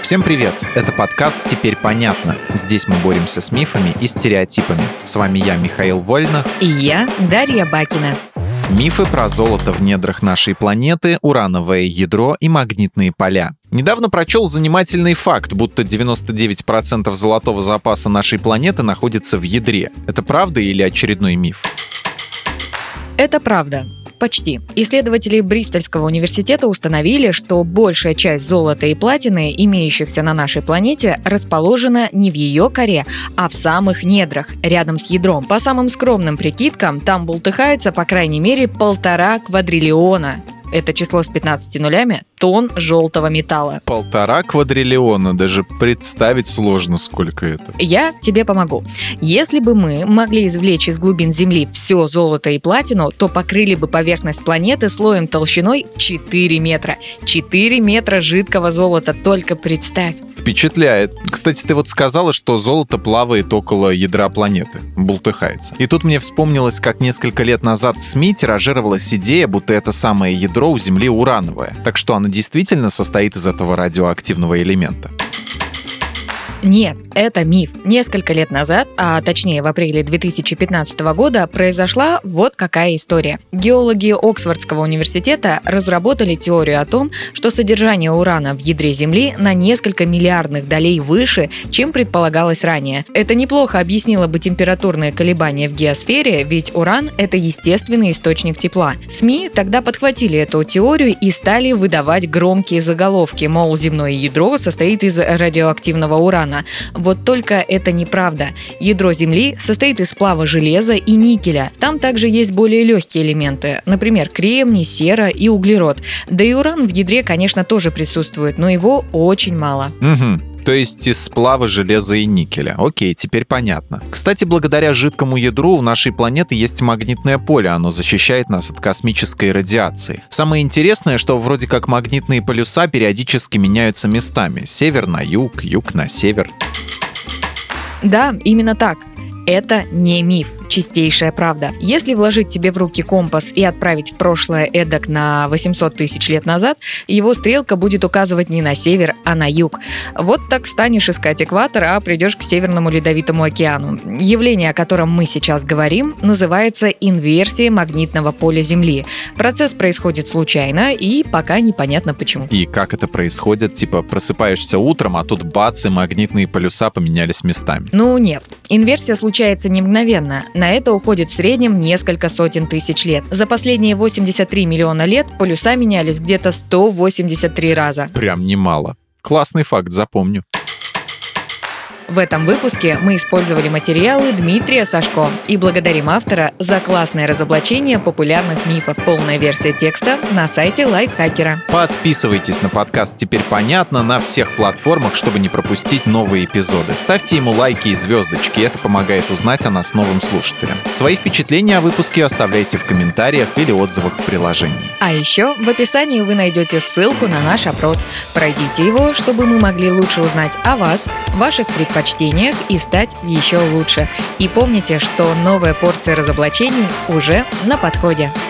Всем привет! Это подкаст «Теперь понятно». Здесь мы боремся с мифами и стереотипами. С вами я, Михаил Вольнах. И я, Дарья Бакина. Мифы про золото в недрах нашей планеты, урановое ядро и магнитные поля. Недавно прочел занимательный факт, будто 99% золотого запаса нашей планеты находится в ядре. Это правда или очередной миф? Это правда. Почти. Исследователи Бристольского университета установили, что большая часть золота и платины, имеющихся на нашей планете, расположена не в ее коре, а в самых недрах, рядом с ядром. По самым скромным прикидкам, там бултыхается по крайней мере 1,5 квадриллиона. Это число с 15 нулями тонн желтого металла. 1,5 квадриллиона, даже представить сложно, сколько это. Я тебе помогу. Если бы мы могли извлечь из глубин Земли все золото и платину, то покрыли бы поверхность планеты слоем толщиной в 4 метра. 4 метра жидкого золота, только представь. Впечатляет. Кстати, ты вот сказала, что золото плавает около ядра планеты, бултыхается. И тут мне вспомнилось, как несколько лет назад в СМИ тиражировалась идея, будто это самое ядро у Земли урановое. Так что оно действительно состоит из этого радиоактивного элемента. Нет, это миф. Несколько лет назад, а точнее в апреле 2015 года, произошла вот какая история. Геологи Оксфордского университета разработали теорию о том, что содержание урана в ядре Земли на несколько миллиардных долей выше, чем предполагалось ранее. Это неплохо объяснило бы температурные колебания в геосфере, ведь уран – это естественный источник тепла. СМИ тогда подхватили эту теорию и стали выдавать громкие заголовки, мол, земное ядро состоит из радиоактивного урана. Вот только это неправда. Ядро Земли состоит из сплава железа и никеля. Там также есть более легкие элементы, например, кремний, сера и углерод. Да и уран в ядре, конечно, тоже присутствует, но его очень мало. То есть из сплава железа и никеля. Окей, теперь понятно. Кстати, благодаря жидкому ядру у нашей планеты есть магнитное поле, оно защищает нас от космической радиации. Самое интересное, что вроде как магнитные полюса периодически меняются местами. Север на юг, юг на север. Да, именно так. Это не миф, чистейшая правда. Если вложить тебе в руки компас и отправить в прошлое эдак на 800 тысяч лет назад, его стрелка будет указывать не на север, а на юг. Вот так станешь искать экватор, а придешь к Северному Ледовитому океану. Явление, о котором мы сейчас говорим, называется инверсия магнитного поля Земли. Процесс происходит случайно и пока непонятно почему. И как это происходит? Типа просыпаешься утром, а тут бац, и магнитные полюса поменялись местами. Ну нет, инверсия случается не мгновенно. На это уходит в среднем несколько сотен тысяч лет. За последние 83 миллиона лет полюса менялись где-то 183 раза. Прям немало. Классный факт, запомню. В этом выпуске мы использовали материалы Дмитрия Сашко и благодарим автора за классное разоблачение популярных мифов. Полная версия текста на сайте Лайфхакера. Подписывайтесь на подкаст «Теперь понятно» на всех платформах, чтобы не пропустить новые эпизоды. Ставьте ему лайки и звездочки, это помогает узнать о нас новым слушателям. Свои впечатления о выпуске оставляйте в комментариях или отзывах в приложении. А еще в описании вы найдете ссылку на наш опрос. Пройдите его, чтобы мы могли лучше узнать о вас, ваших предпочтениях и стать еще лучше. И помните, что новая порция разоблачений уже на подходе.